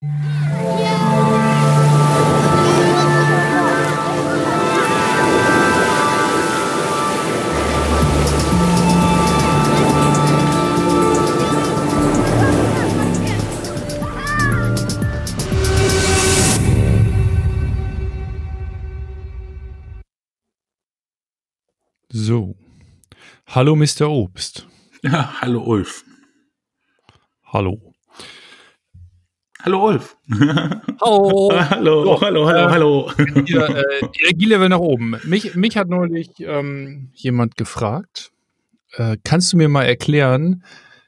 So. Hallo, Mr. Obst. Ja, hallo Ulf. Hallo. Hallo Ulf. Hallo. Hallo, So, hallo. Hier, Energielevel nach oben. Mich hat neulich jemand gefragt, kannst du mir mal erklären,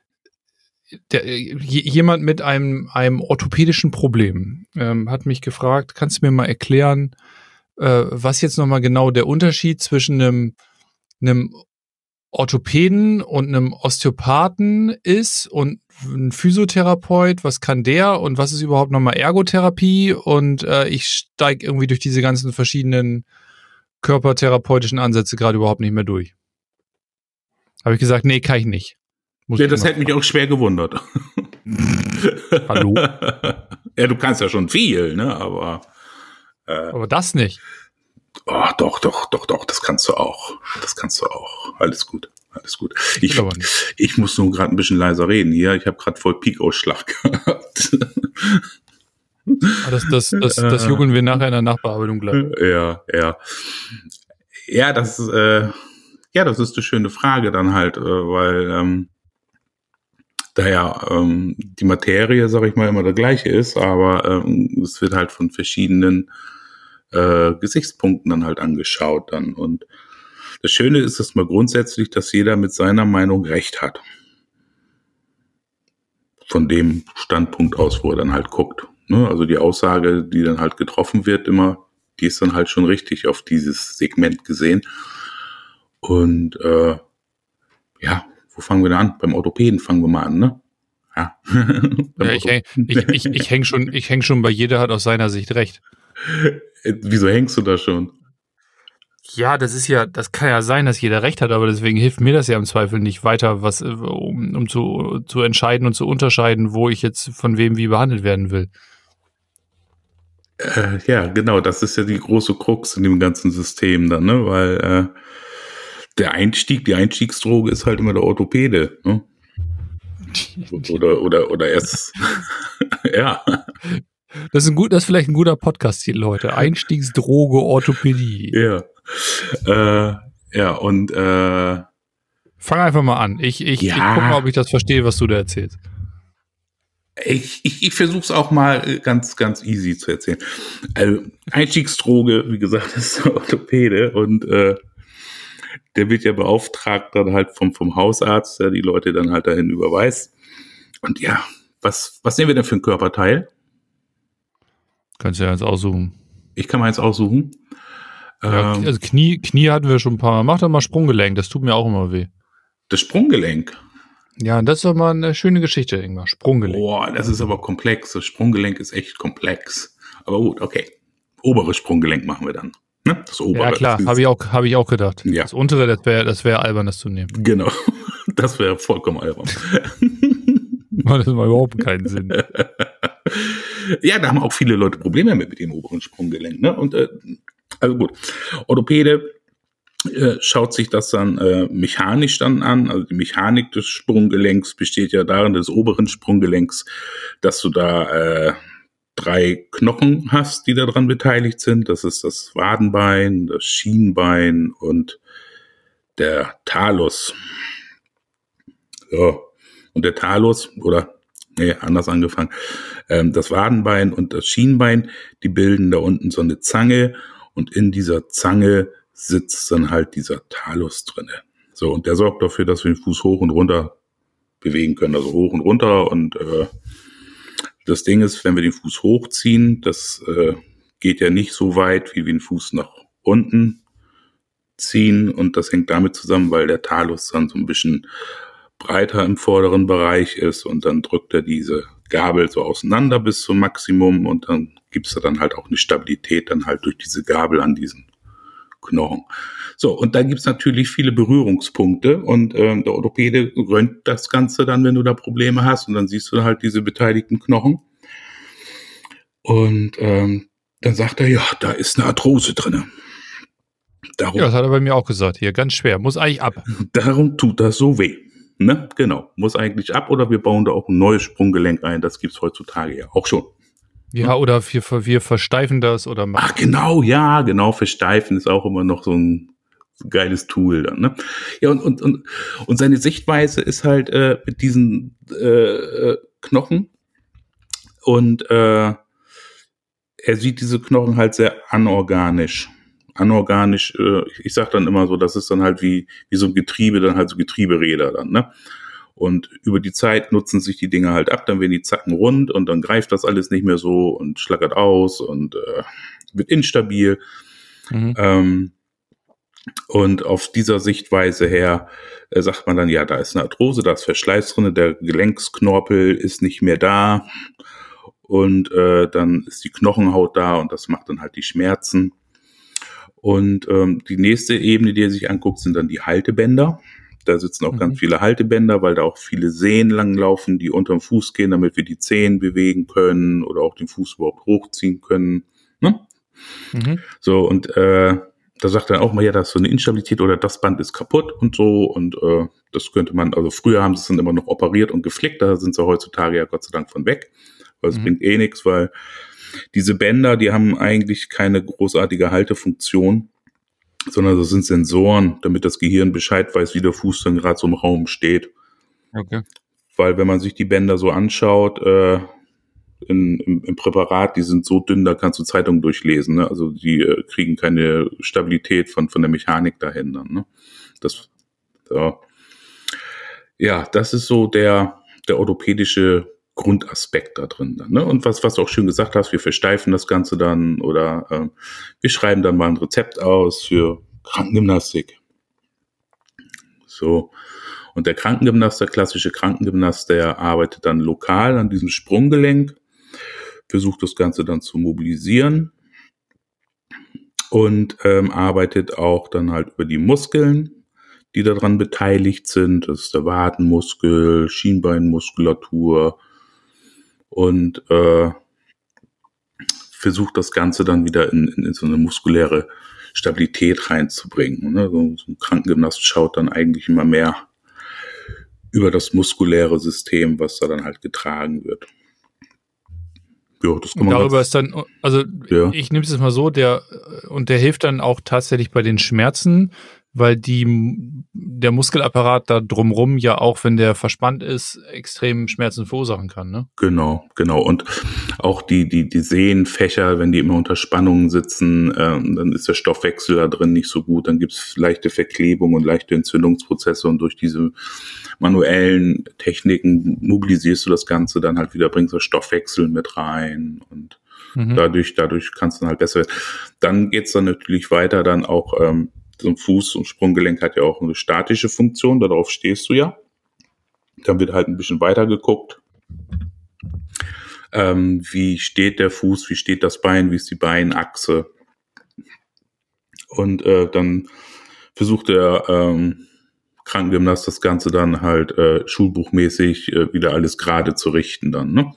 jemand mit einem orthopädischen Problem hat mich gefragt, kannst du mir mal erklären, was jetzt nochmal genau der Unterschied zwischen einem Orthopäden und einem Osteopathen ist und ein Physiotherapeut, was kann der und was ist überhaupt nochmal Ergotherapie und ich steige irgendwie durch diese ganzen verschiedenen körpertherapeutischen Ansätze gerade überhaupt nicht mehr durch. Habe ich gesagt, nee, kann ich nicht. Ja, das hätte mich auch schwer gewundert. Hallo? Ja, du kannst ja schon viel, ne, aber das nicht. Oh, doch, das kannst du auch. Alles gut. Ich muss nur gerade ein bisschen leiser reden hier. Ich habe gerade voll Peak-Ausschlag gehabt. Das juckeln wir nachher in der Nachbearbeitung gleich. Ja. Ja, das ist eine schöne Frage dann halt, weil da ja die Materie, sag ich mal, immer der gleiche ist, aber es wird halt von verschiedenen Gesichtspunkten dann halt angeschaut dann. Und das Schöne ist, dass mal grundsätzlich, dass jeder mit seiner Meinung recht hat. Von dem Standpunkt aus, wo er dann halt guckt. Ne? Also die Aussage, die dann halt getroffen wird immer, die ist dann halt schon richtig auf dieses Segment gesehen. Und wo fangen wir da an? Beim Orthopäden fangen wir mal an, ne? Ja. Ich häng schon bei jeder hat aus seiner Sicht recht. Wieso hängst du da schon? Ja, das kann ja sein, dass jeder recht hat, aber deswegen hilft mir das ja im Zweifel nicht weiter, um zu entscheiden und zu unterscheiden, wo ich jetzt von wem wie behandelt werden will. Ja, genau, das ist ja die große Krux in dem ganzen System dann, ne? Weil die Einstiegsdroge ist halt immer der Orthopäde, ne? Oder erst ja. Das ist vielleicht ein guter Podcast-Titel heute. Einstiegsdroge Orthopädie. Ja. Und fang einfach mal an. Ich guck mal, ob ich das verstehe, was du da erzählst. Ich versuche es auch mal ganz, ganz easy zu erzählen. Also Einstiegsdroge, wie gesagt, ist der Orthopäde und der wird ja beauftragt dann halt vom Hausarzt, der die Leute dann halt dahin überweist. Und ja, was nehmen wir denn für ein Körperteil? Kannst du ja jetzt aussuchen. Ich kann mal jetzt aussuchen. Ja, also Knie hatten wir schon ein paar Mal. Mach doch mal Sprunggelenk, das tut mir auch immer weh. Das Sprunggelenk? Ja, das ist doch mal eine schöne Geschichte, Ingmar. Sprunggelenk. Boah, das ist aber komplex. Das Sprunggelenk ist echt komplex. Aber gut, okay. Oberes Sprunggelenk machen wir dann. Ne? Das obere. Ja klar, habe ich auch gedacht. Ja. Das untere, das wäre albern, das zu nehmen. Genau, das wäre vollkommen albern. Das macht überhaupt keinen Sinn. Ja, da haben auch viele Leute Probleme mit dem oberen Sprunggelenk. Ne? Und also gut, Orthopäde schaut sich das dann mechanisch dann an. Also die Mechanik des Sprunggelenks besteht ja darin, des oberen Sprunggelenks, dass du da 3 Knochen hast, die daran beteiligt sind. Das ist das Wadenbein, das Schienbein und der Talus. So. Und der Talus, anders angefangen, das Wadenbein und das Schienbein, die bilden da unten so eine Zange und in dieser Zange sitzt dann halt dieser Talus drinne. So, und der sorgt dafür, dass wir den Fuß hoch und runter bewegen können, also hoch und runter. Und das Ding ist, wenn wir den Fuß hochziehen, das geht ja nicht so weit, wie wir den Fuß nach unten ziehen. Und das hängt damit zusammen, weil der Talus dann so ein bisschen breiter im vorderen Bereich ist und dann drückt er diese Gabel so auseinander bis zum Maximum und dann gibt's da dann halt auch eine Stabilität dann halt durch diese Gabel an diesen Knochen. So, und da gibt's natürlich viele Berührungspunkte und der Orthopäde röntgt das Ganze dann, wenn du da Probleme hast und dann siehst du halt diese beteiligten Knochen. Und dann sagt er, ja, da ist eine Arthrose drin. Ja, das hat er bei mir auch gesagt. Hier, ganz schwer. Muss eigentlich ab. Darum tut das so weh. Ne? Genau. Muss eigentlich ab oder wir bauen da auch ein neues Sprunggelenk ein. Das gibt's heutzutage ja auch schon. Ja, oder wir versteifen das oder machen. Ach genau, ja, genau. Versteifen ist auch immer noch so ein geiles Tool dann. Ne? Ja, und seine Sichtweise ist halt mit diesen Knochen und er sieht diese Knochen halt sehr anorganisch. Ich sag dann immer so, das ist dann halt wie so ein Getriebe, dann halt so Getrieberäder dann, ne? Und über die Zeit nutzen sich die Dinger halt ab, dann werden die Zacken rund und dann greift das alles nicht mehr so und schlackert aus und wird instabil. Mhm. Und auf dieser Sichtweise her sagt man dann, ja, da ist eine Arthrose, da ist Verschleiß drin, der Gelenksknorpel ist nicht mehr da und dann ist die Knochenhaut da und das macht dann halt die Schmerzen. Und die nächste Ebene, die er sich anguckt, sind dann die Haltebänder. Da sitzen auch ganz viele Haltebänder, weil da auch viele Sehnen langlaufen, die unterm Fuß gehen, damit wir die Zehen bewegen können oder auch den Fuß überhaupt hochziehen können. Ne? Mhm. So, und da sagt er auch mal, ja, da ist so eine Instabilität oder das Band ist kaputt und so. Und das könnte man, also früher haben sie es dann immer noch operiert und geflickt, da sind sie heutzutage ja Gott sei Dank von weg. Weil es bringt eh nichts, weil diese Bänder, die haben eigentlich keine großartige Haltefunktion, sondern das sind Sensoren, damit das Gehirn Bescheid weiß, wie der Fuß dann gerade so im Raum steht. Okay. Weil wenn man sich die Bänder so anschaut, im Präparat, die sind so dünn, da kannst du Zeitungen durchlesen. Ne? Also die kriegen keine Stabilität von der Mechanik dahinter. Ne? Ja, das ist so der orthopädische Grundaspekt da drin. Dann, ne? Und was du auch schön gesagt hast, wir versteifen das Ganze dann oder wir schreiben dann mal ein Rezept aus für Krankengymnastik. So. Und der Krankengymnast, der klassische Krankengymnast, der arbeitet dann lokal an diesem Sprunggelenk, versucht das Ganze dann zu mobilisieren und arbeitet auch dann halt über die Muskeln, die daran beteiligt sind. Das ist der Wadenmuskel, Schienbeinmuskulatur und versucht das Ganze dann wieder in so eine muskuläre Stabilität reinzubringen. Ne? So ein Krankengymnast schaut dann eigentlich immer mehr über das muskuläre System, was da dann halt getragen wird. Ja, das kann man darüber ist dann, also ja. Ich nehme es jetzt mal so, der hilft dann auch tatsächlich bei den Schmerzen, weil der Muskelapparat da drumrum ja auch, wenn der verspannt ist, extrem Schmerzen verursachen kann, ne? Genau. Und auch die Sehnenfächer, wenn die immer unter Spannung sitzen, dann ist der Stoffwechsel da drin nicht so gut, dann gibt's leichte Verklebung und leichte Entzündungsprozesse und durch diese manuellen Techniken mobilisierst du das Ganze dann halt wieder, bringst du Stoffwechsel mit rein und dadurch kannst du dann halt besser werden. Dann geht's dann natürlich weiter, dann auch so ein Fuß- und Sprunggelenk hat ja auch eine statische Funktion, darauf stehst du ja. Dann wird halt ein bisschen weiter geguckt. Wie steht der Fuß, wie steht das Bein, wie ist die Beinachse. Und dann versucht der Krankengymnast das Ganze dann halt schulbuchmäßig wieder alles gerade zu richten dann, ne?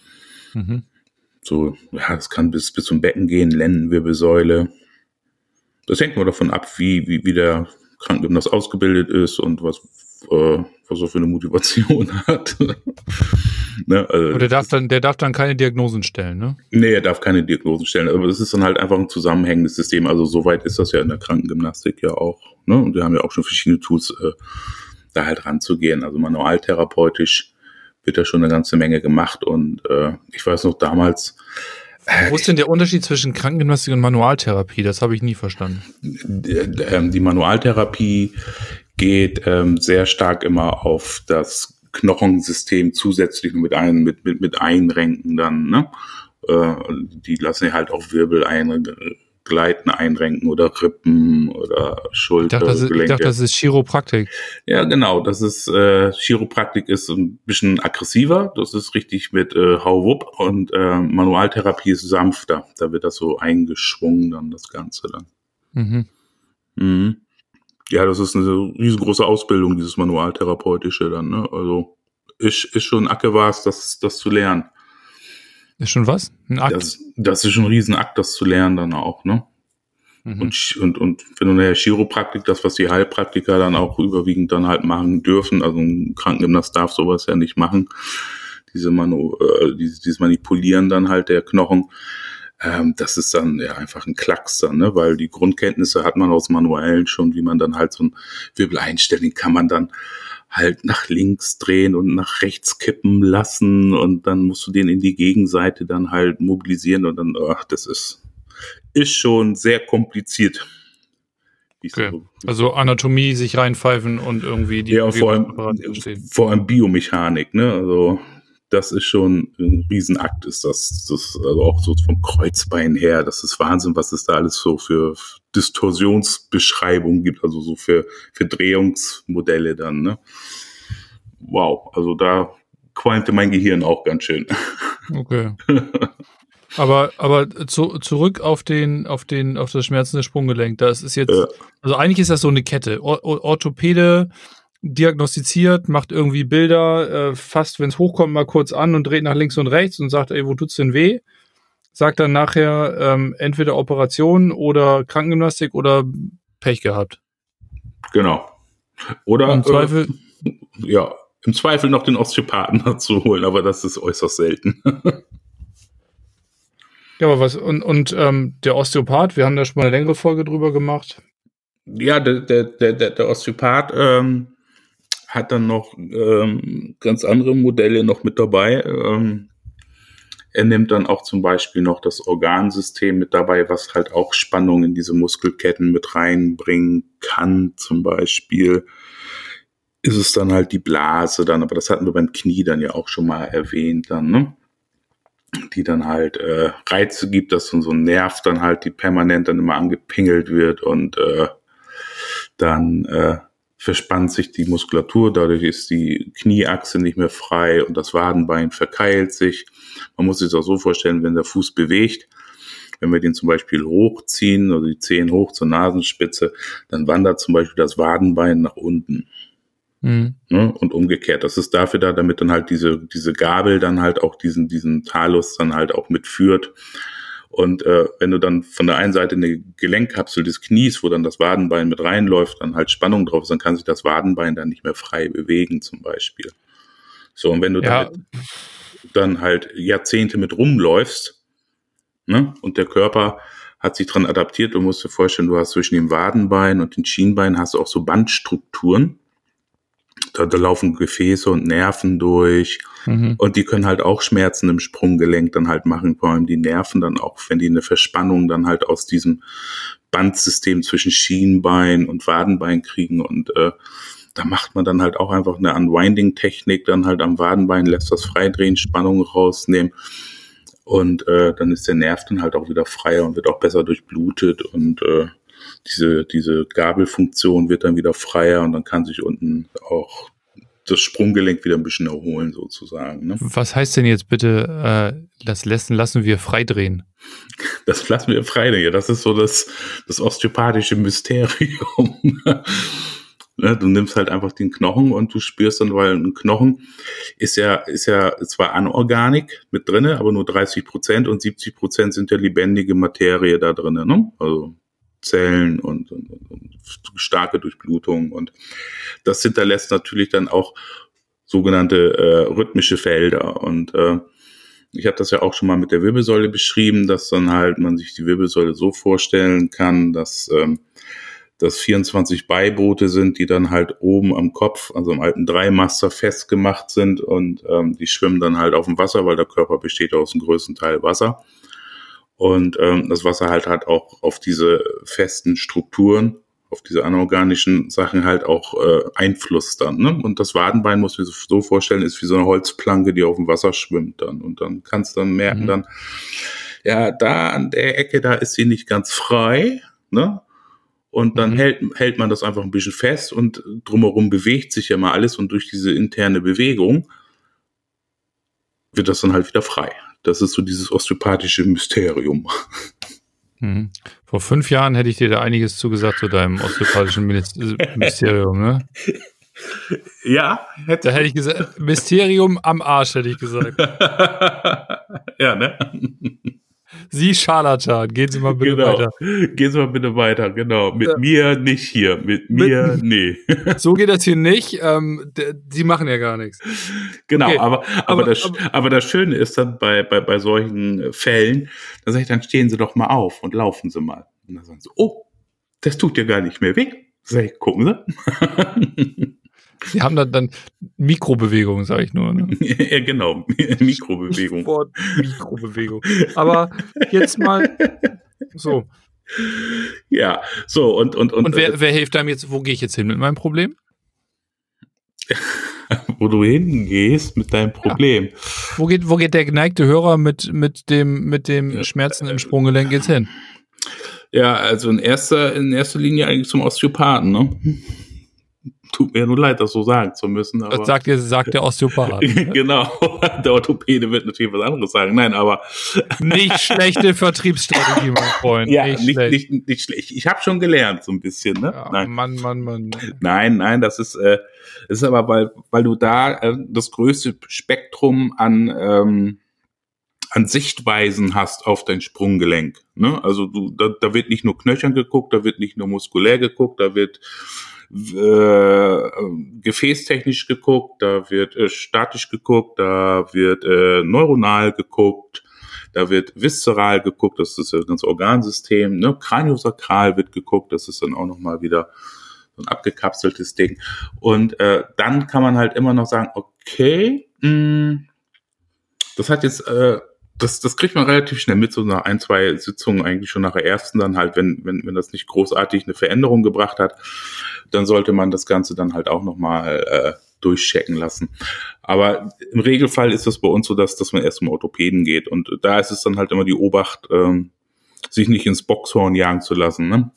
So, ja, das kann bis zum Becken gehen, Lendenwirbelsäule. Das hängt nur davon ab, wie der Krankengymnast ausgebildet ist und was er für eine Motivation hat. Ne, also und der darf dann keine Diagnosen stellen, ne? Nee, er darf keine Diagnosen stellen, aber es ist dann halt einfach ein zusammenhängendes System. Also soweit ist das ja in der Krankengymnastik ja auch. Ne? Und wir haben ja auch schon verschiedene Tools, da halt ranzugehen. Also manualtherapeutisch wird da schon eine ganze Menge gemacht und ich weiß noch damals. Wo ist denn der Unterschied zwischen Krankengymnastik und Manualtherapie? Das habe ich nie verstanden. Die Manualtherapie geht sehr stark immer auf das Knochensystem zusätzlich mit einrenken dann, ne? Die lassen ja halt auch Wirbel gleiten, einrenken oder Rippen oder Schulter. Ich dachte, das ist Chiropraktik. Ja, genau. Das ist Chiropraktik ist ein bisschen aggressiver. Das ist richtig mit Hau-Wupp und Manualtherapie ist sanfter. Da wird das so eingeschwungen dann das Ganze dann. Ja, das ist eine riesengroße Ausbildung, dieses Manualtherapeutische dann. Ne? Also ist schon Acke was, das zu lernen. Ist schon was? Ein Akt? Das ist schon ein Riesenakt, das zu lernen dann auch, ne? Mhm. Und wenn du nachher Chiropraktik, das, was die Heilpraktiker dann auch überwiegend dann halt machen dürfen, also ein Krankengymnast darf sowas ja nicht machen, dieses Manipulieren dann halt der Knochen, das ist dann ja einfach ein Klacks dann, ne? Weil die Grundkenntnisse hat man aus Manuellen schon, wie man dann halt so ein Wirbel einstellen kann, man dann halt nach links drehen und nach rechts kippen lassen und dann musst du den in die Gegenseite dann halt mobilisieren und dann, das ist schon sehr kompliziert. Okay. Also Anatomie sich reinpfeifen und irgendwie die vor allem Biomechanik, ne? Also das ist schon ein Riesenakt, ist das also auch so vom Kreuzbein her, das ist Wahnsinn, was es da alles so für Distorsionsbeschreibungen gibt, also so für Drehungsmodelle dann, ne? Wow, also da qualmte mein Gehirn auch ganz schön. Okay. Aber zurück auf das schmerzende Sprunggelenk. Das ist jetzt, also eigentlich ist das so eine Kette. Orthopäde diagnostiziert, macht irgendwie Bilder, fasst, wenn es hochkommt, mal kurz an und dreht nach links und rechts und sagt, ey, wo tut's denn weh? Sagt dann nachher entweder Operation oder Krankengymnastik oder Pech gehabt. Genau. Oder im Zweifel, im Zweifel noch den Osteopathen dazu holen, aber das ist äußerst selten. Ja, aber was, und der Osteopath, wir haben da schon mal eine längere Folge drüber gemacht. Ja, der Osteopath hat dann noch ganz andere Modelle noch mit dabei. Er nimmt dann auch zum Beispiel noch das Organsystem mit dabei, was halt auch Spannung in diese Muskelketten mit reinbringen kann. Zum Beispiel ist es dann halt die Blase dann, aber das hatten wir beim Knie dann ja auch schon mal erwähnt dann, ne? Die dann halt Reize gibt, dass so ein Nerv dann halt, die permanent dann immer angepingelt wird und dann verspannt sich die Muskulatur, dadurch ist die Knieachse nicht mehr frei und das Wadenbein verkeilt sich. Man muss sich das auch so vorstellen, wenn der Fuß bewegt, wenn wir den zum Beispiel hochziehen, also die Zehen hoch zur Nasenspitze, dann wandert zum Beispiel das Wadenbein nach unten. Ne? Und umgekehrt. Das ist dafür da, damit dann halt diese Gabel dann halt auch diesen Talus dann halt auch mitführt. Und wenn du dann von der einen Seite eine Gelenkkapsel des Knies, wo dann das Wadenbein mit reinläuft, dann halt Spannung drauf ist, dann kann sich das Wadenbein dann nicht mehr frei bewegen zum Beispiel. So, und wenn du dann halt Jahrzehnte mit rumläufst, ne, und der Körper hat sich dran adaptiert, du musst dir vorstellen, du hast zwischen dem Wadenbein und den Schienbeinen hast du auch so Bandstrukturen. Da laufen Gefäße und Nerven durch und die können halt auch Schmerzen im Sprunggelenk dann halt machen, vor allem die Nerven dann auch, wenn die eine Verspannung dann halt aus diesem Bandsystem zwischen Schienbein und Wadenbein kriegen und da macht man dann halt auch einfach eine Unwinding-Technik dann halt am Wadenbein, lässt das freidrehen, Spannung rausnehmen und dann ist der Nerv dann halt auch wieder freier und wird auch besser durchblutet und diese Gabelfunktion wird dann wieder freier und dann kann sich unten auch das Sprunggelenk wieder ein bisschen erholen sozusagen. Ne? Was heißt denn jetzt bitte, das lassen wir freidrehen? Das lassen wir freidrehen, ja, das ist so das osteopathische Mysterium. Du nimmst halt einfach den Knochen und du spürst dann, weil ein Knochen ist ja zwar Anorganik mit drinne, aber nur 30% und 70% sind ja lebendige Materie da drinne, ne? Also Zellen und starke Durchblutung und das hinterlässt natürlich dann auch sogenannte rhythmische Felder und ich habe das ja auch schon mal mit der Wirbelsäule beschrieben, dass dann halt man sich die Wirbelsäule so vorstellen kann, dass 24 Beiboote sind, die dann halt oben am Kopf, also am alten Dreimaster festgemacht sind und die schwimmen dann halt auf dem Wasser, weil der Körper besteht aus dem größten Teil Wasser. Und das Wasser halt hat auch auf diese festen Strukturen, auf diese anorganischen Sachen halt auch Einfluss dann. Ne? Und das Wadenbein, muss man sich so vorstellen, ist wie so eine Holzplanke, die auf dem Wasser schwimmt dann. Und dann kannst du dann merken, dann, ja, da an der Ecke, da ist sie nicht ganz frei. Ne? Und dann hält man das einfach ein bisschen fest und drumherum bewegt sich ja mal alles. Und durch diese interne Bewegung wird das dann halt wieder frei. Das ist so dieses osteopathische Mysterium. Vor 5 Jahren hätte ich dir da einiges zugesagt zu deinem osteopathischen Mysterium, ne? Ja, Da hätte ich gesagt, Mysterium am Arsch, hätte ich gesagt. Ja, ne? Sie Scharlatan, gehen Sie mal bitte Genau. weiter. Gehen Sie mal bitte weiter, genau. Mit Ja. mir nicht hier, mit Mit- mir, nee. So geht das hier nicht. Sie machen ja gar nichts. Genau, Okay, aber das Schöne ist dann bei solchen Fällen, da sage ich, dann stehen Sie doch mal auf und laufen Sie mal. Und dann sagen sie, oh, das tut ja gar nicht mehr weh. Sag ich, gucken Sie. Sie haben dann Mikrobewegungen, sage ich nur. Ne? Ja, genau, Mikrobewegung. Wort Mikrobewegung. Aber jetzt mal so. Ja, so und wer hilft einem jetzt? Wo gehe ich jetzt hin mit meinem Problem? wo du hingehst mit deinem Problem. Ja. Wo geht der geneigte Hörer mit dem Schmerzen im Sprunggelenk jetzt hin? Ja, also in erster Linie eigentlich zum Osteopathen, ne? Tut mir nur leid, das so sagen zu müssen. Aber das sagt der Osteopath. Genau, der Orthopäde wird natürlich was anderes sagen. Nein, aber nicht schlechte Vertriebsstrategie, mein Freund. Ja, nicht schlecht. Ich habe schon gelernt, so ein bisschen, ne? Ja, Nein. Mann. Nein, das ist aber, weil du da das größte Spektrum an Sichtweisen hast auf dein Sprunggelenk. Ne? Also da wird nicht nur knöchern geguckt, da wird nicht nur muskulär geguckt, da wird gefäßtechnisch geguckt, da wird statisch geguckt, da wird neuronal geguckt, da wird viszeral geguckt, das ist das ganze Organsystem, ne? Kraniosakral wird geguckt, das ist dann auch nochmal wieder so ein abgekapseltes Ding. Und dann kann man halt immer noch sagen, okay, das hat jetzt das kriegt man relativ schnell mit, so nach 1-2 Sitzungen, eigentlich schon nach der ersten dann halt, wenn das nicht großartig eine Veränderung gebracht hat, dann sollte man das Ganze dann halt auch nochmal durchchecken lassen. Aber im Regelfall ist es bei uns so, dass man erst zum Orthopäden geht. Und da ist es dann halt immer die Obacht, sich nicht ins Boxhorn jagen zu lassen, ne?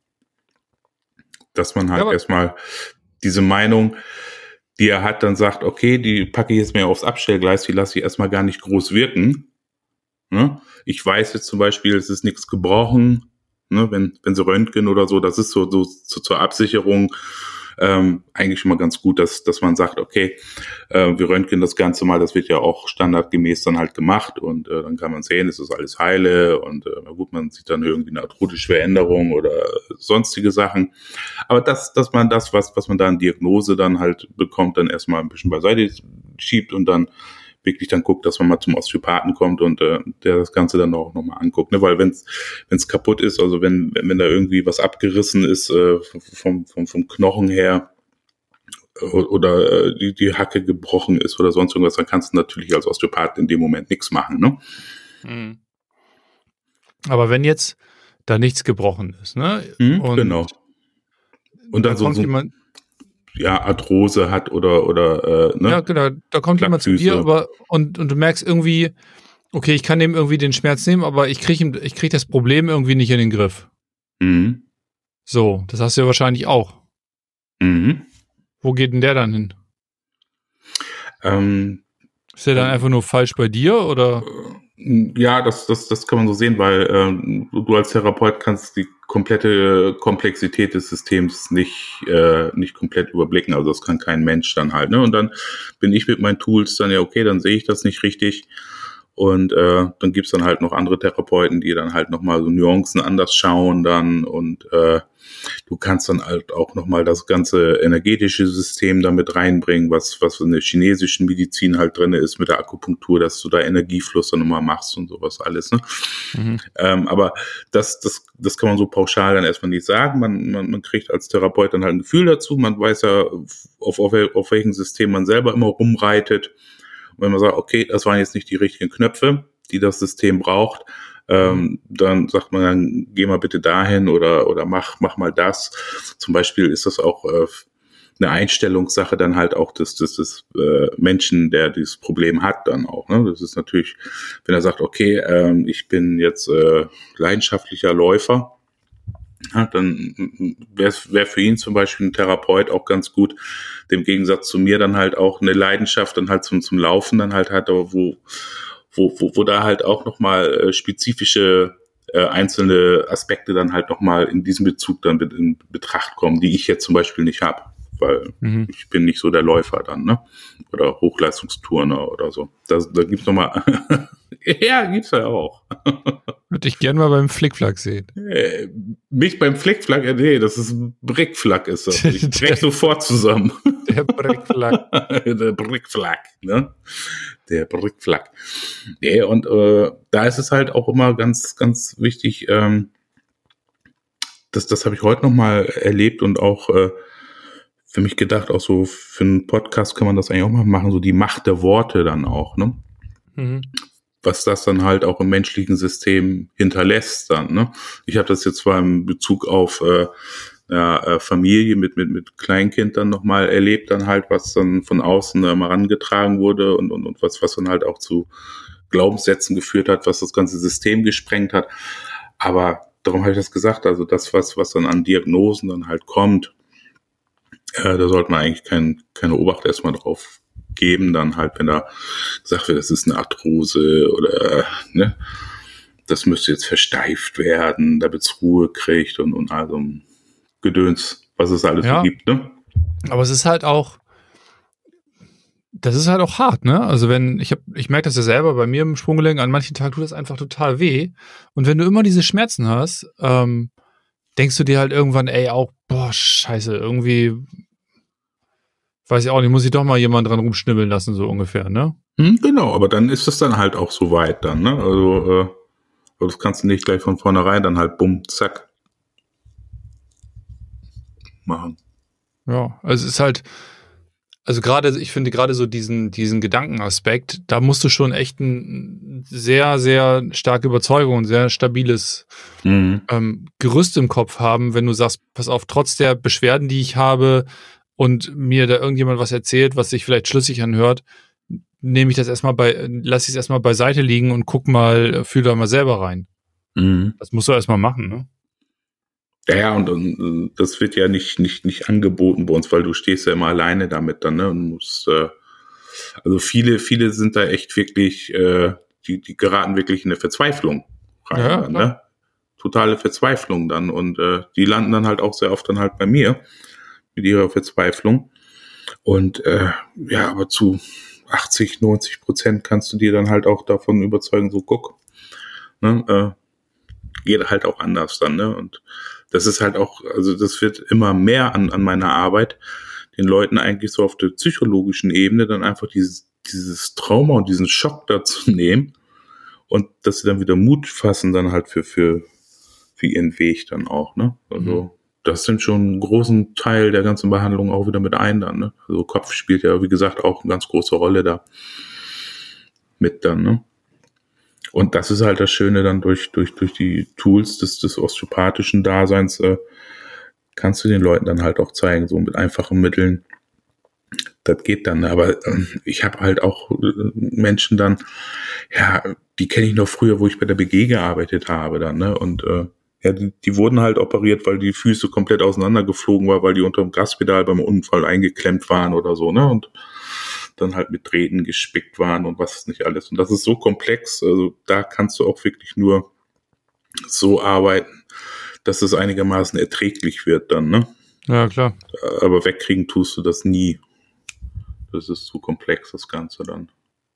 Dass man halt erstmal diese Meinung, die er hat, dann sagt, okay, die packe ich jetzt mehr aufs Abstellgleis, die lasse ich erstmal gar nicht groß wirken. Ne? Ich weiß jetzt zum Beispiel, es ist nichts gebrochen, ne? Wenn sie röntgen oder so, das ist so zur Absicherung eigentlich schon mal ganz gut, dass man sagt, okay, wir röntgen das Ganze mal, das wird ja auch standardgemäß dann halt gemacht und dann kann man sehen, es ist alles heile und gut, man sieht dann irgendwie eine arthrotische Veränderung oder sonstige Sachen, aber dass man das, was man da an Diagnose dann halt bekommt, dann erstmal ein bisschen beiseite schiebt und dann wirklich dann guckt, dass man mal zum Osteopathen kommt und der das Ganze dann auch nochmal anguckt, ne? Weil wenn's kaputt ist, also wenn da irgendwie was abgerissen ist vom Knochen her oder die Hacke gebrochen ist oder sonst irgendwas, dann kannst du natürlich als Osteopath in dem Moment nichts machen, ne? Mhm. Aber wenn jetzt da nichts gebrochen ist, ne? Und genau. Und dann kommt jemand, Arthrose hat oder ne? Ja, genau, da kommt jemand zu dir, und du merkst irgendwie, okay, ich kann dem irgendwie den Schmerz nehmen, aber ich krieg das Problem irgendwie nicht in den Griff. Mhm. So, das hast du ja wahrscheinlich auch. Mhm. Wo geht denn der dann hin? Ist der dann einfach nur falsch bei dir, oder? Ja, das kann man so sehen, weil du als Therapeut kannst die komplette Komplexität des Systems nicht komplett überblicken. Also das kann kein Mensch dann halt, ne? Und dann bin ich mit meinen Tools dann ja okay, dann sehe ich das nicht richtig. Und dann gibt's dann halt noch andere Therapeuten, die dann halt nochmal so Nuancen anders schauen dann und du kannst dann halt auch nochmal das ganze energetische System damit reinbringen, was in der chinesischen Medizin halt drin ist mit der Akupunktur, dass du da Energiefluss dann nochmal machst und sowas alles, ne? Mhm. Aber das kann man so pauschal dann erstmal nicht sagen. Man kriegt als Therapeut dann halt ein Gefühl dazu. Man weiß ja, auf welchem System man selber immer rumreitet. Und wenn man sagt, okay, das waren jetzt nicht die richtigen Knöpfe, die das System braucht, dann sagt man, dann geh mal bitte dahin oder mach mal das. Zum Beispiel ist das auch eine Einstellungssache dann halt auch des Menschen, der dieses Problem hat dann auch. Ne? Das ist natürlich, wenn er sagt, okay, ich bin jetzt leidenschaftlicher Läufer, ja, dann wäre für ihn zum Beispiel ein Therapeut auch ganz gut, im Gegensatz zu mir dann halt auch eine Leidenschaft dann halt zum Laufen dann halt hat, aber wo da halt auch nochmal spezifische einzelne Aspekte dann halt nochmal in diesem Bezug dann in Betracht kommen, die ich jetzt zum Beispiel nicht habe. weil ich bin nicht so der Läufer dann, ne? Oder Hochleistungsturner oder so. Da gibt's nochmal, ja, gibt's ja auch. Würde ich gerne mal beim Flickflack sehen. Mich beim Flickflack, nee, das ist ein Brickflack ist das. Ich brech sofort zusammen. Der Brickflack. Der Brickflack, ne? Der Brickflack. Nee, und da ist es halt auch immer ganz, ganz wichtig, das habe ich heute nochmal erlebt und auch für mich gedacht, auch so für einen Podcast kann man das eigentlich auch mal machen, so die Macht der Worte dann auch, ne? Was das dann halt auch im menschlichen System hinterlässt dann, ne? Ich habe das jetzt zwar in Bezug auf Familie mit Kleinkind dann nochmal erlebt, dann halt, was dann von außen mal herangetragen wurde und was dann halt auch zu Glaubenssätzen geführt hat, was das ganze System gesprengt hat. Aber darum habe ich das gesagt, also das, was dann an Diagnosen dann halt kommt, da sollte man eigentlich keine Obacht erstmal drauf geben, dann halt, wenn da gesagt wird, das ist eine Arthrose oder ne, das müsste jetzt versteift werden, damit es Ruhe kriegt und also Gedöns, was es alles so gibt, ne? Aber es ist halt auch, das ist halt auch hart, ne? Also ich merke das ja selber bei mir im Sprunggelenk, an manchen Tagen tut das einfach total weh. Und wenn du immer diese Schmerzen hast, denkst du dir halt irgendwann, ey, auch, boah, scheiße, irgendwie, weiß ich auch nicht, muss ich doch mal jemanden dran rumschnibbeln lassen, so ungefähr, ne? Genau, aber dann ist es dann halt auch so weit dann, ne? Also, das kannst du nicht gleich von vornherein dann halt bumm, zack machen. Ja, also es ist halt, also gerade, ich finde gerade so diesen Gedankenaspekt, da musst du schon echt ein sehr, sehr starke Überzeugung und sehr stabiles Gerüst im Kopf haben, wenn du sagst, pass auf, trotz der Beschwerden, die ich habe und mir da irgendjemand was erzählt, was sich vielleicht schlüssig anhört, lasse ich es erstmal beiseite liegen und fühl da mal selber rein. Das musst du erstmal machen, ne? Ja, und das wird ja nicht angeboten bei uns, weil du stehst ja immer alleine damit dann, ne? Und musst, also viele sind da echt wirklich, die geraten wirklich in eine Verzweiflung rein, Ja, dann, ne? Totale Verzweiflung dann. Und die landen dann halt auch sehr oft dann halt bei mir mit ihrer Verzweiflung. Und ja, aber zu 80-90% kannst du dir dann halt auch davon überzeugen, so guck, ne? Geht halt auch anders dann, ne? Und das ist halt auch, also das wird immer mehr an meiner Arbeit, den Leuten eigentlich so auf der psychologischen Ebene dann einfach dieses Trauma und diesen Schock dazu nehmen und dass sie dann wieder Mut fassen dann halt für ihren Weg dann auch, ne? Also das sind schon einen großen Teil der ganzen Behandlung auch wieder mit ein dann, ne? Also Kopf spielt ja, wie gesagt, auch eine ganz große Rolle da mit dann, ne? Und das ist halt das Schöne dann durch die Tools des osteopathischen Daseins, kannst du den Leuten dann halt auch zeigen, so mit einfachen Mitteln, das geht dann. Aber ich habe halt auch Menschen dann, ja, die kenne ich noch früher, wo ich bei der BG gearbeitet habe dann, ne? Und ja, die wurden halt operiert, weil die Füße komplett auseinandergeflogen waren, weil die unter dem Gaspedal beim Unfall eingeklemmt waren oder so, ne? Und dann halt mit Drähten gespickt waren und was nicht alles. Und das ist so komplex, also da kannst du auch wirklich nur so arbeiten, dass es einigermaßen erträglich wird dann, ne? Ja, klar. Aber wegkriegen tust du das nie. Das ist zu komplex, das Ganze dann.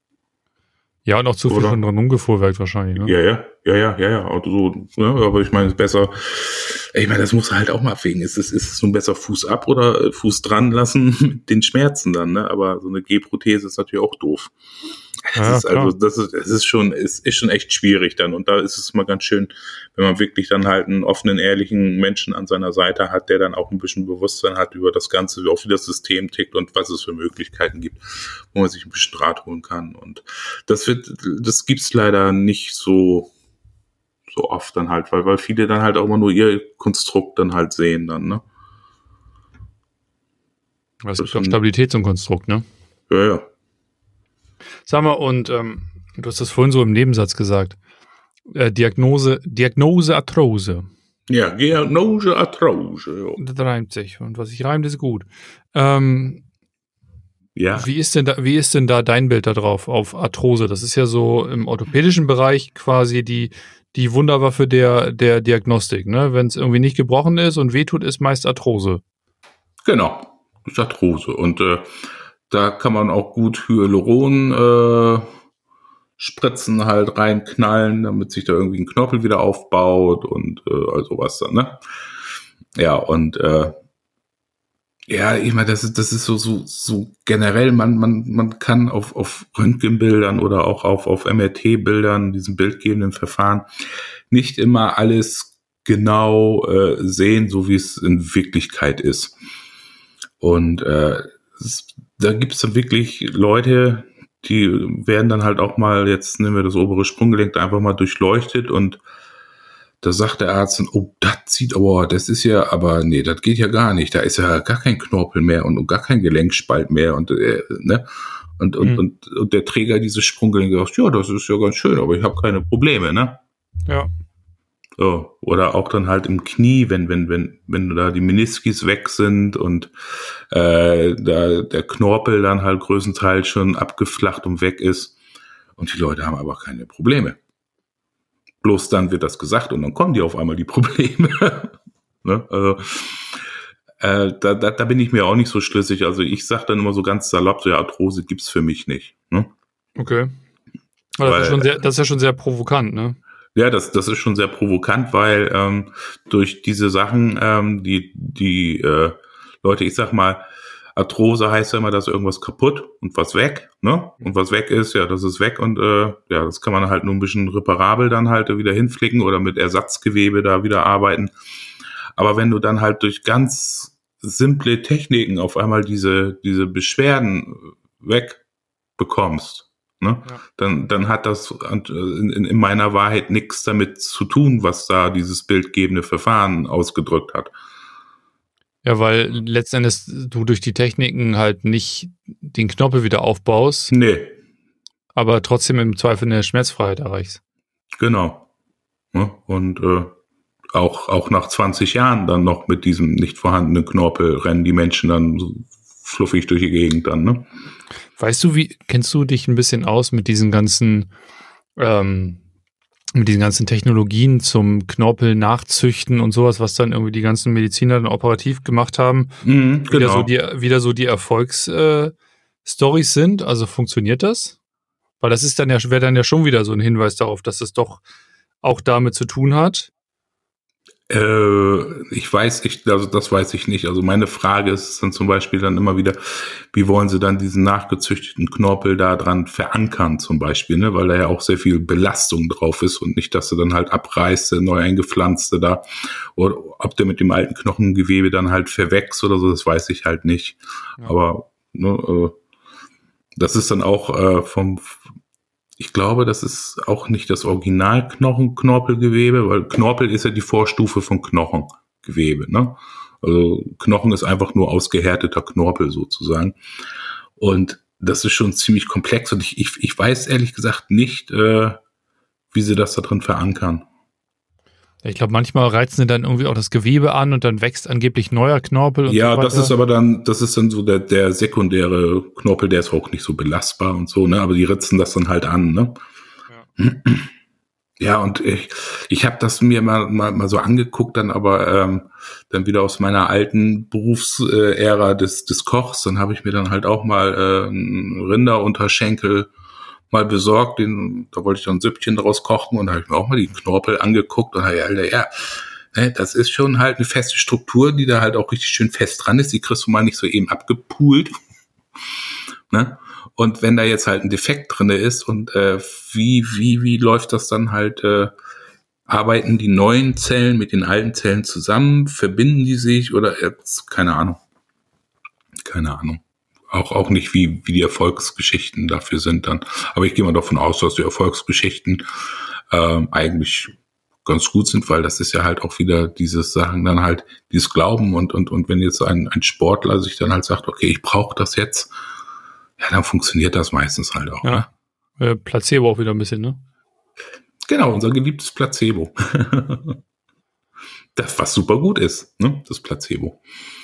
Ja, und auch zu viel schon dran rumgefuhrwerkt wahrscheinlich, ne? Ja. Also, ne? Aber ich meine, es ist besser, ich meine, das muss halt auch mal abwägen. Ist es nun besser Fuß ab oder Fuß dran lassen mit den Schmerzen dann, ne? Aber so eine G-Prothese ist natürlich auch doof. Das ist schon echt schwierig dann. Und da ist es mal ganz schön, wenn man wirklich dann halt einen offenen, ehrlichen Menschen an seiner Seite hat, der dann auch ein bisschen Bewusstsein hat über das Ganze, auch wie das System tickt und was es für Möglichkeiten gibt, wo man sich ein bisschen Draht holen kann. Und das gibt's leider nicht so oft dann halt, weil viele dann halt auch immer nur ihr Konstrukt dann halt sehen dann, ne? Das ist doch Stabilität zum Konstrukt, ne? Ja. Sag mal, und du hast das vorhin so im Nebensatz gesagt. Diagnose Arthrose. Ja, Diagnose Arthrose. Ja. Das reimt sich. Und was sich reimt, ist gut. Ja. Wie ist denn da dein Bild da drauf auf Arthrose? Das ist ja so im orthopädischen Bereich quasi die Wunderwaffe der Diagnostik, ne? Wenn es irgendwie nicht gebrochen ist und wehtut, ist meist Arthrose. Genau. durch Arthrose. Und da kann man auch gut Hyaluron Spritzen halt reinknallen, damit sich da irgendwie ein Knorpel wieder aufbaut und also was dann, ne? Ja, und ja, ich meine, das ist so generell, man kann auf Röntgenbildern oder auch auf MRT-Bildern, diesen bildgebenden Verfahren, nicht immer alles genau sehen, so wie es in Wirklichkeit ist. Und da gibt es dann wirklich Leute, die werden dann halt auch mal, jetzt nehmen wir das obere Sprunggelenk, einfach mal durchleuchtet und da sagt der Arzt dann, oh, das ist ja, aber nee, das geht ja gar nicht. Da ist ja gar kein Knorpel mehr und gar kein Gelenkspalt mehr und ne? Und der Träger dieses Sprunggelenks sagt, ja, das ist ja ganz schön, aber ich habe keine Probleme, ne? Ja. So, oder auch dann halt im Knie, wenn da die Meniskis weg sind und da der Knorpel dann halt größtenteils schon abgeflacht und weg ist und die Leute haben aber keine Probleme. Bloß dann wird das gesagt und dann kommen die auf einmal die Probleme. Ne? Also da bin ich mir auch nicht so schlüssig. Also ich sage dann immer so ganz salopp, so ja, Arthrose gibt's für mich nicht. Ne? Okay. Aber das ist ja schon sehr provokant, ne? Ja, das ist schon sehr provokant, weil durch diese Sachen, die Leute, ich sag mal, Arthrose heißt ja immer, dass irgendwas kaputt und was weg, ne? Und was weg ist, ja, das ist weg und ja, das kann man halt nur ein bisschen reparabel dann halt wieder hinflicken oder mit Ersatzgewebe da wieder arbeiten. Aber wenn du dann halt durch ganz simple Techniken auf einmal diese Beschwerden wegbekommst, ne? Ja. Dann hat das in meiner Wahrheit nichts damit zu tun, was da dieses bildgebende Verfahren ausgedrückt hat. Ja, weil letztendlich du durch die Techniken halt nicht den Knorpel wieder aufbaust. Nee. Aber trotzdem im Zweifel eine Schmerzfreiheit erreichst. Genau. Und auch nach 20 Jahren dann noch mit diesem nicht vorhandenen Knorpel rennen die Menschen dann so fluffig durch die Gegend dann, ne? Weißt du, kennst du dich ein bisschen aus mit diesen ganzen Technologien zum Knorpel nachzüchten und sowas, was dann irgendwie die ganzen Mediziner dann operativ gemacht haben, genau. wieder so die Erfolgsstories sind? Also funktioniert das? Weil das ist dann ja, wäre dann ja schon wieder so ein Hinweis darauf, dass es doch auch damit zu tun hat. Also das weiß ich nicht. Also meine Frage ist dann zum Beispiel dann immer wieder, wie wollen sie dann diesen nachgezüchteten Knorpel da dran verankern zum Beispiel, ne? Weil da ja auch sehr viel Belastung drauf ist und nicht, dass du dann halt abreißt, neu eingepflanzte da, oder ob der mit dem alten Knochengewebe dann halt verwächst oder so, das weiß ich halt nicht. Ja. Aber ne, das ist dann auch ich glaube, das ist auch nicht das Original-Knorpelgewebe, weil Knorpel ist ja die Vorstufe von Knochengewebe, ne? Also Knochen ist einfach nur ausgehärteter Knorpel sozusagen. Und das ist schon ziemlich komplex und ich weiß ehrlich gesagt nicht, wie sie das da drin verankern. Ich glaube, manchmal reizen sie dann irgendwie auch das Gewebe an und dann wächst angeblich neuer Knorpel. Und ja, so das ist dann so der sekundäre Knorpel, der ist auch nicht so belastbar und so, ne? Aber die ritzen das dann halt an, ne? Ja, ja, und ich habe das mir mal so angeguckt, dann aber dann wieder aus meiner alten Berufsära des Kochs, dann habe ich mir dann halt auch mal einen Rinderunterschenkel mal besorgt, da wollte ich dann ein Süppchen draus kochen und da habe ich mir auch mal die Knorpel angeguckt und ja, das ist schon halt eine feste Struktur, die da halt auch richtig schön fest dran ist, die kriegst du mal nicht so eben abgepult, ne? Und wenn da jetzt halt ein Defekt drinne ist und wie läuft das dann halt, arbeiten die neuen Zellen mit den alten Zellen zusammen, verbinden die sich oder jetzt, keine Ahnung. Auch nicht, wie die Erfolgsgeschichten dafür sind dann. Aber ich gehe mal davon aus, dass die Erfolgsgeschichten eigentlich ganz gut sind, weil das ist ja halt auch wieder dieses Sachen dann halt, dieses Glauben und wenn jetzt ein Sportler sich dann halt sagt, okay, ich brauche das jetzt, ja, dann funktioniert das meistens halt auch. Ja. Ne? Placebo auch wieder ein bisschen, ne? Genau, unser geliebtes Placebo. Das, was super gut ist, ne? Das Placebo.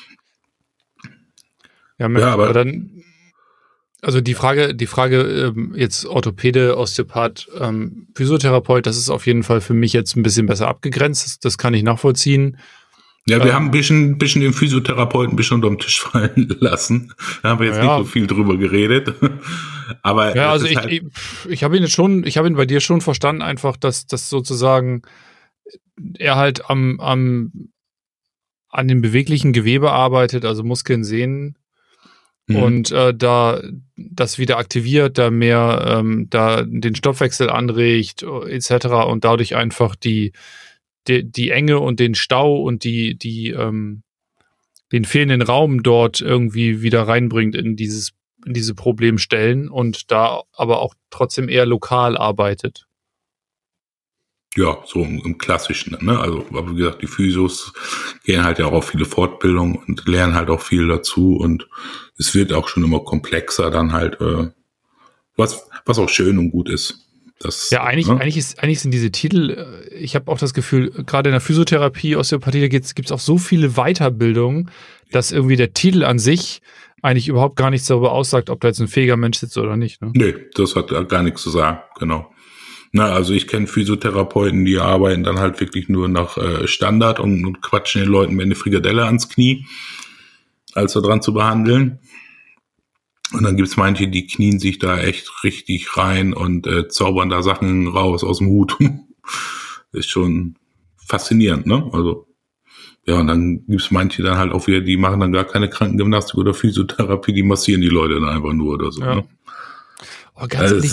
Ja, aber dann, also die Frage jetzt Orthopäde, Osteopath, Physiotherapeut, das ist auf jeden Fall für mich jetzt ein bisschen besser abgegrenzt. Das kann ich nachvollziehen. Ja, wir haben ein bisschen den Physiotherapeuten ein bisschen unterm Tisch fallen lassen. Da haben wir jetzt nicht so viel drüber geredet. Aber ja, also ich habe ihn bei dir schon verstanden, einfach, dass sozusagen er halt an dem beweglichen Gewebe arbeitet, also Muskeln, Sehnen, und da das wieder aktiviert, da mehr da den Stoffwechsel anregt, etc. und dadurch einfach die Enge und den Stau und den fehlenden Raum dort irgendwie wieder reinbringt in diese Problemstellen und da aber auch trotzdem eher lokal arbeitet. Ja, so im Klassischen, ne? Also, wie gesagt, die Physios gehen halt ja auch auf viele Fortbildungen und lernen halt auch viel dazu und es wird auch schon immer komplexer dann halt, was auch schön und gut ist. Ja, eigentlich sind diese Titel, ich habe auch das Gefühl, gerade in der Physiotherapie, Osteopathie, da gibt's auch so viele Weiterbildungen, dass irgendwie der Titel an sich eigentlich überhaupt gar nichts darüber aussagt, ob da jetzt ein fähiger Mensch sitzt oder nicht. Ne? Nee, das hat gar nichts zu sagen, genau. Na, also ich kenne Physiotherapeuten, die arbeiten dann halt wirklich nur nach Standard und quatschen den Leuten eine Frikadelle ans Knie, als da dran zu behandeln. Und dann gibt's manche, die knien sich da echt richtig rein und zaubern da Sachen raus aus dem Hut. Ist schon faszinierend, ne? Also, ja, und dann gibt's manche dann halt auch wieder, die machen dann gar keine Krankengymnastik oder Physiotherapie, die massieren die Leute dann einfach nur oder so, ja. Ne? Aber ganz ehrlich,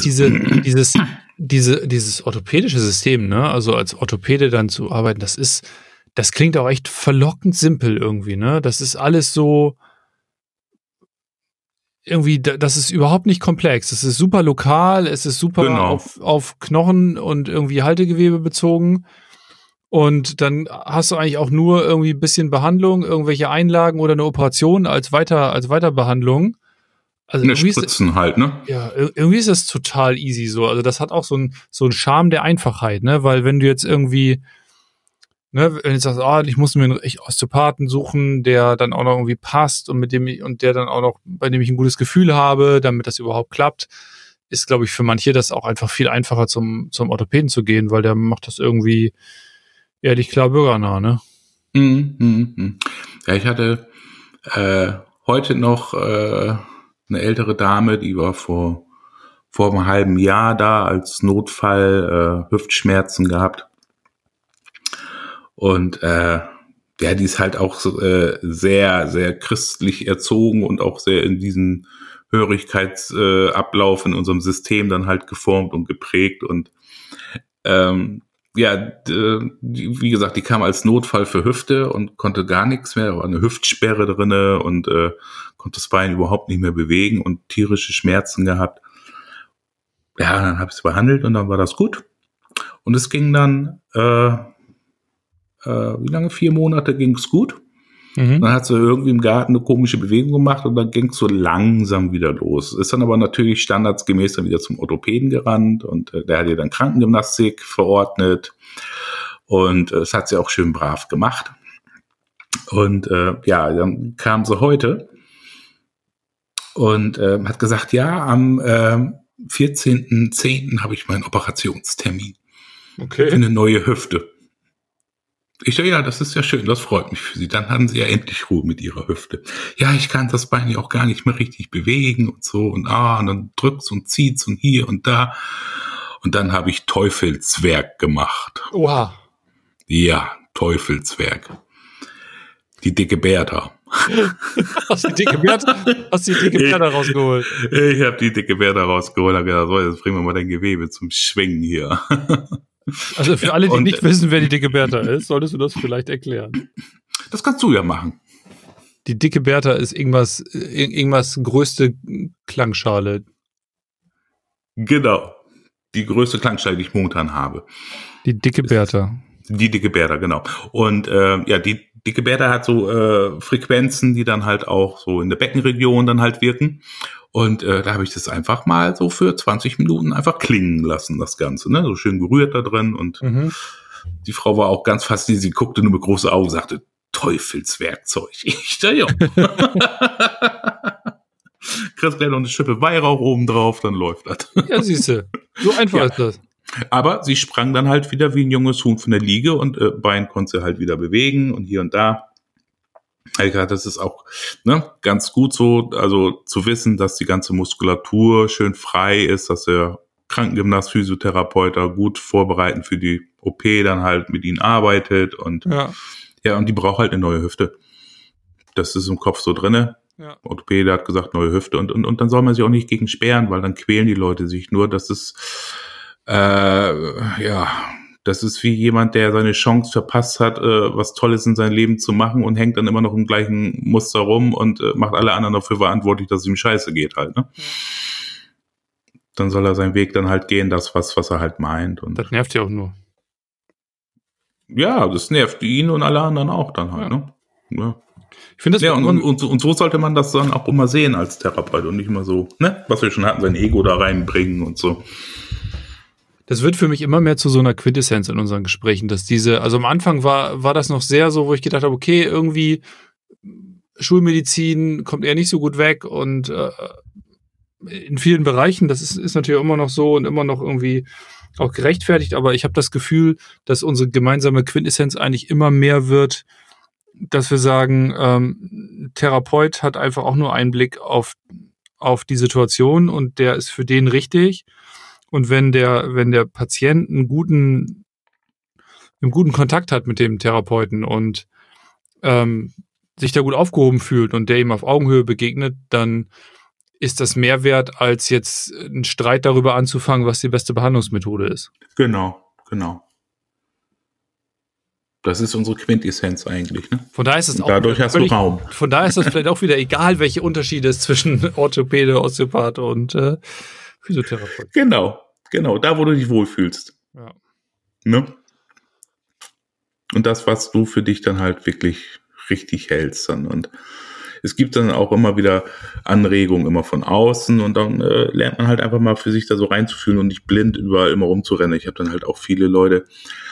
dieses orthopädische System, ne? Also als Orthopäde dann zu arbeiten, das klingt auch echt verlockend simpel irgendwie, ne? Das ist alles so irgendwie, das ist überhaupt nicht komplex. Es ist super lokal, es ist super auf Knochen und irgendwie Haltegewebe bezogen. Und dann hast du eigentlich auch nur irgendwie ein bisschen Behandlung, irgendwelche Einlagen oder eine Operation als Weiterbehandlung. Also eine Spritzen halt, ne? Ja, irgendwie ist das total easy so. Also das hat auch so einen Charme der Einfachheit, ne? Weil wenn du jetzt irgendwie, ne, wenn du sagst, ich muss mir einen Osteopathen suchen, der dann auch noch irgendwie passt und der dann auch noch, bei dem ich ein gutes Gefühl habe, damit das überhaupt klappt, ist, glaube ich, für manche das auch einfach viel einfacher zum Orthopäden zu gehen, weil der macht das irgendwie ehrlich klar bürgernah, ne? Ja, ich hatte heute noch eine ältere Dame, die war vor einem halben Jahr da als Notfall, Hüftschmerzen gehabt. Und die ist halt auch sehr, sehr christlich erzogen und auch sehr in diesen Hörigkeitsablauf in unserem System dann halt geformt und geprägt. Und wie gesagt, die kam als Notfall für Hüfte und konnte gar nichts mehr, da war eine Hüftsperre drinne und konnte das Bein überhaupt nicht mehr bewegen und tierische Schmerzen gehabt. Ja, dann habe ich es behandelt und dann war das gut. Und es ging dann, wie lange? 4 Monate ging es gut. Dann hat sie irgendwie im Garten eine komische Bewegung gemacht und dann ging es so langsam wieder los. Ist dann aber natürlich standardsgemäß dann wieder zum Orthopäden gerannt und der hat ihr dann Krankengymnastik verordnet und das hat sie auch schön brav gemacht. Und dann kam sie heute und hat gesagt, ja, am 14.10. habe ich meinen Operationstermin. Okay. Für eine neue Hüfte. Ich sage, ja, das ist ja schön, das freut mich für Sie. Dann haben Sie ja endlich Ruhe mit Ihrer Hüfte. Ja, ich kann das Bein ja auch gar nicht mehr richtig bewegen und so und dann drückt's und zieht's und hier und da. Und dann habe ich Teufelswerk gemacht. Oha. Ja, Teufelswerk. Die dicke Bertha. Hast du die dicke Bertha rausgeholt? Ich habe die dicke Bertha rausgeholt. Habe gedacht, so, jetzt bringen wir mal dein Gewebe zum Schwingen hier. Also für alle, die nicht wissen, wer die dicke Bertha ist, solltest du das vielleicht erklären. Das kannst du ja machen. Die dicke Bertha ist irgendwas größte Klangschale. Genau. Die größte Klangschale, die ich momentan habe. Die dicke Bertha. Die dicke Bertha, genau. Und die dicke Bertha hat so Frequenzen, die dann halt auch so in der Beckenregion dann halt wirken. Und da habe ich das einfach mal so für 20 Minuten einfach klingen lassen, das Ganze. Ne? So schön gerührt da drin. Und die Frau war auch ganz fasziniert. Sie guckte nur mit großen Augen und sagte, Teufelswerkzeug. Ich da, ja. Kriegst gleich noch eine Schippe Weihrauch oben drauf, dann läuft das. Ja, siehste. So einfach ist das. Aber sie sprang dann halt wieder wie ein junges Huhn von der Liege und Bein konnte sie halt wieder bewegen und hier und da. Ja, das ist auch ganz gut so, also zu wissen, dass die ganze Muskulatur schön frei ist, dass der Krankengymnast, Physiotherapeut da gut vorbereiten für die OP, dann halt mit ihnen arbeitet und und die braucht halt eine neue Hüfte. Das ist im Kopf so drinne. Ja. Orthopäde hat gesagt, neue Hüfte und dann soll man sich auch nicht gegen sperren, weil dann quälen die Leute sich nur. Das ist das ist wie jemand, der seine Chance verpasst hat, was Tolles in seinem Leben zu machen und hängt dann immer noch im gleichen Muster rum und macht alle anderen dafür verantwortlich, dass es ihm scheiße geht halt, ne? Ja. Dann soll er seinen Weg dann halt gehen, das, was er halt meint. Und das nervt ja auch nur. Ja, das nervt ihn und alle anderen auch dann halt, ne? Ja. Ich finde das und so sollte man das dann auch immer sehen als Therapeut und nicht immer so, ne, was wir schon hatten, sein Ego da reinbringen und so. Das wird für mich immer mehr zu so einer Quintessenz in unseren Gesprächen, dass also am Anfang war das noch sehr so, wo ich gedacht habe, okay, irgendwie Schulmedizin kommt eher nicht so gut weg und in vielen Bereichen, das ist natürlich immer noch so und immer noch irgendwie auch gerechtfertigt, aber ich habe das Gefühl, dass unsere gemeinsame Quintessenz eigentlich immer mehr wird, dass wir sagen, Therapeut hat einfach auch nur einen Blick auf die Situation und der ist für den richtig. Und wenn der Patient einen guten Kontakt hat mit dem Therapeuten und sich da gut aufgehoben fühlt und der ihm auf Augenhöhe begegnet, dann ist das mehr wert, als jetzt einen Streit darüber anzufangen, was die beste Behandlungsmethode ist. Genau. Das ist unsere Quintessenz eigentlich, ne? Von daher ist es auch dadurch hast du Raum. Von daher ist das vielleicht auch wieder egal, welche Unterschiede es zwischen Orthopäde, Osteopath und Physiotherapeut. Genau, da wo du dich wohlfühlst. Ja. Ne? Und das, was du für dich dann halt wirklich richtig hältst dann. Und es gibt dann auch immer wieder Anregungen immer von außen und dann lernt man halt einfach mal für sich da so reinzufühlen und nicht blind überall immer rumzurennen. Ich habe dann halt auch viele Leute,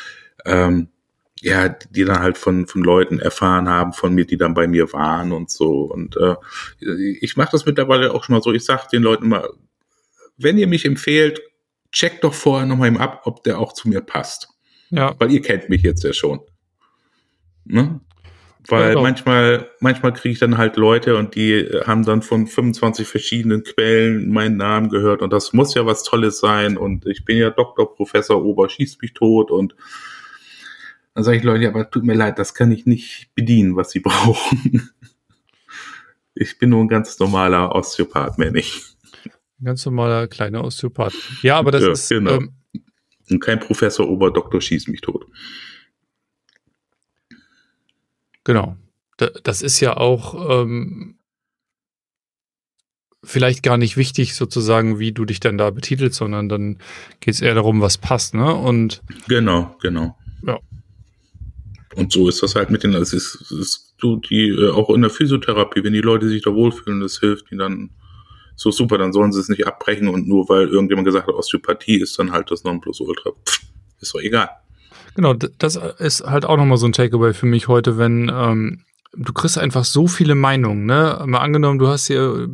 die dann halt von Leuten erfahren haben, von mir, die dann bei mir waren und so. Und ich mache das mittlerweile auch schon mal so, ich sage den Leuten immer, wenn ihr mich empfehlt, checkt doch vorher nochmal eben ab, ob der auch zu mir passt. Ja. Weil ihr kennt mich jetzt ja schon. Ne? Weil manchmal kriege ich dann halt Leute und die haben dann von 25 verschiedenen Quellen meinen Namen gehört und das muss ja was Tolles sein und ich bin ja Doktor, Professor, Ober, schießt mich tot und dann sage ich Leute, aber tut mir leid, das kann ich nicht bedienen, was sie brauchen. Ich bin nur ein ganz normaler Osteopath, mehr nicht. Ein ganz normaler kleiner Osteopath. Ja, aber das ist... Genau. Und kein Professor, Ober, Doktor, schießt mich tot. Genau. Das ist ja auch vielleicht gar nicht wichtig, sozusagen, wie du dich dann da betitelst, sondern dann geht es eher darum, was passt, ne? Und genau. Ja. Und so ist das halt mit den, es ist so die, auch in der Physiotherapie, wenn die Leute sich da wohlfühlen, das hilft ihnen dann so super, dann sollen sie es nicht abbrechen und nur weil irgendjemand gesagt hat, Osteopathie ist dann halt das Nonplusultra. Ist doch egal. Genau, das ist halt auch nochmal so ein Takeaway für mich heute, wenn du kriegst einfach so viele Meinungen, ne? Mal angenommen, du hast hier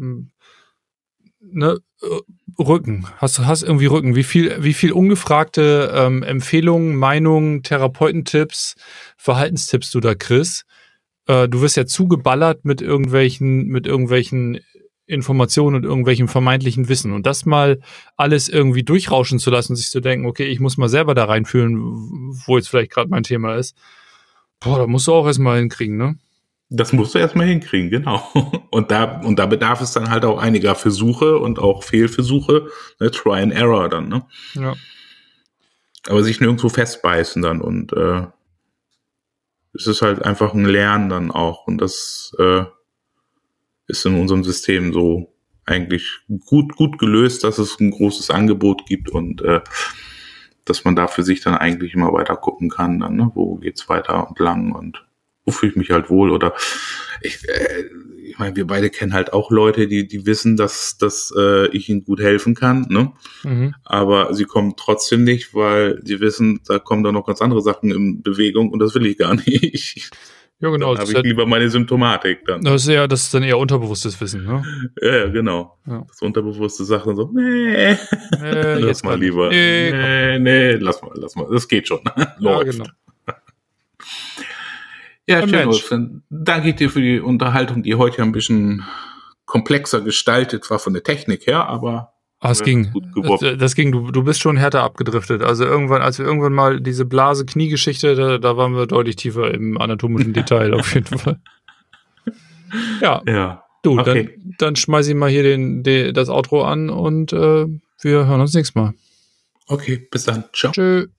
Rücken, hast irgendwie Rücken, wie viel ungefragte Empfehlungen, Meinungen, Therapeutentipps, Verhaltenstipps du da kriegst. Du wirst ja zugeballert mit irgendwelchen Informationen und irgendwelchem vermeintlichen Wissen. Und das mal alles irgendwie durchrauschen zu lassen, sich zu denken, okay, ich muss mal selber da reinfühlen, wo jetzt vielleicht gerade mein Thema ist. Da musst du auch erstmal hinkriegen, ne? Das musst du erstmal hinkriegen, genau. Und da bedarf es dann halt auch einiger Versuche und auch Fehlversuche, ne? Try and Error dann, ne? Ja. Aber sich nirgendwo festbeißen dann und es ist halt einfach ein Lernen dann auch und das ist in unserem System so eigentlich gut gelöst, dass es ein großes Angebot gibt und dass man da für sich dann eigentlich immer weiter gucken kann, dann, ne? Wo geht's weiter und lang und wo fühle ich mich halt wohl oder ich meine, wir beide kennen halt auch Leute, die wissen, dass ich ihnen gut helfen kann, ne? Mhm. Aber sie kommen trotzdem nicht, weil sie wissen, da kommen da noch ganz andere Sachen in Bewegung und das will ich gar nicht. Ja, genau. Dann habe ich lieber meine Symptomatik dann. Das ist dann eher unterbewusstes Wissen, ne? Ja, genau. Ja. Das unterbewusste Sachen so, nee, lass mal lieber. Nee, lass mal. Das geht schon. Ja, genau. Ja, schön, Mensch. Ulf. Dann danke ich dir für die Unterhaltung, die heute ein bisschen komplexer gestaltet war von der Technik her, aber Es ging. gut gewuppt. Das ging. Du bist schon härter abgedriftet. Also irgendwann, als wir irgendwann mal diese Blase-Knie-Geschichte, da waren wir deutlich tiefer im anatomischen Detail auf jeden Fall. Ja. Du, okay. dann schmeiß ich mal hier das Outro an und wir hören uns nächstes Mal. Okay, bis dann. Ciao. Tschö.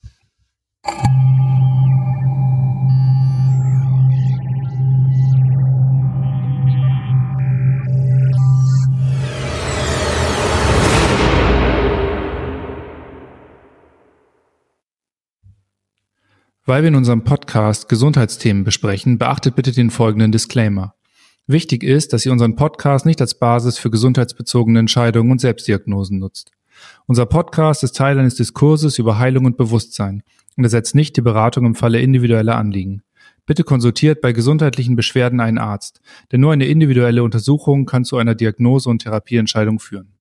Weil wir in unserem Podcast Gesundheitsthemen besprechen, beachtet bitte den folgenden Disclaimer. Wichtig ist, dass ihr unseren Podcast nicht als Basis für gesundheitsbezogene Entscheidungen und Selbstdiagnosen nutzt. Unser Podcast ist Teil eines Diskurses über Heilung und Bewusstsein und ersetzt nicht die Beratung im Falle individueller Anliegen. Bitte konsultiert bei gesundheitlichen Beschwerden einen Arzt, denn nur eine individuelle Untersuchung kann zu einer Diagnose und Therapieentscheidung führen.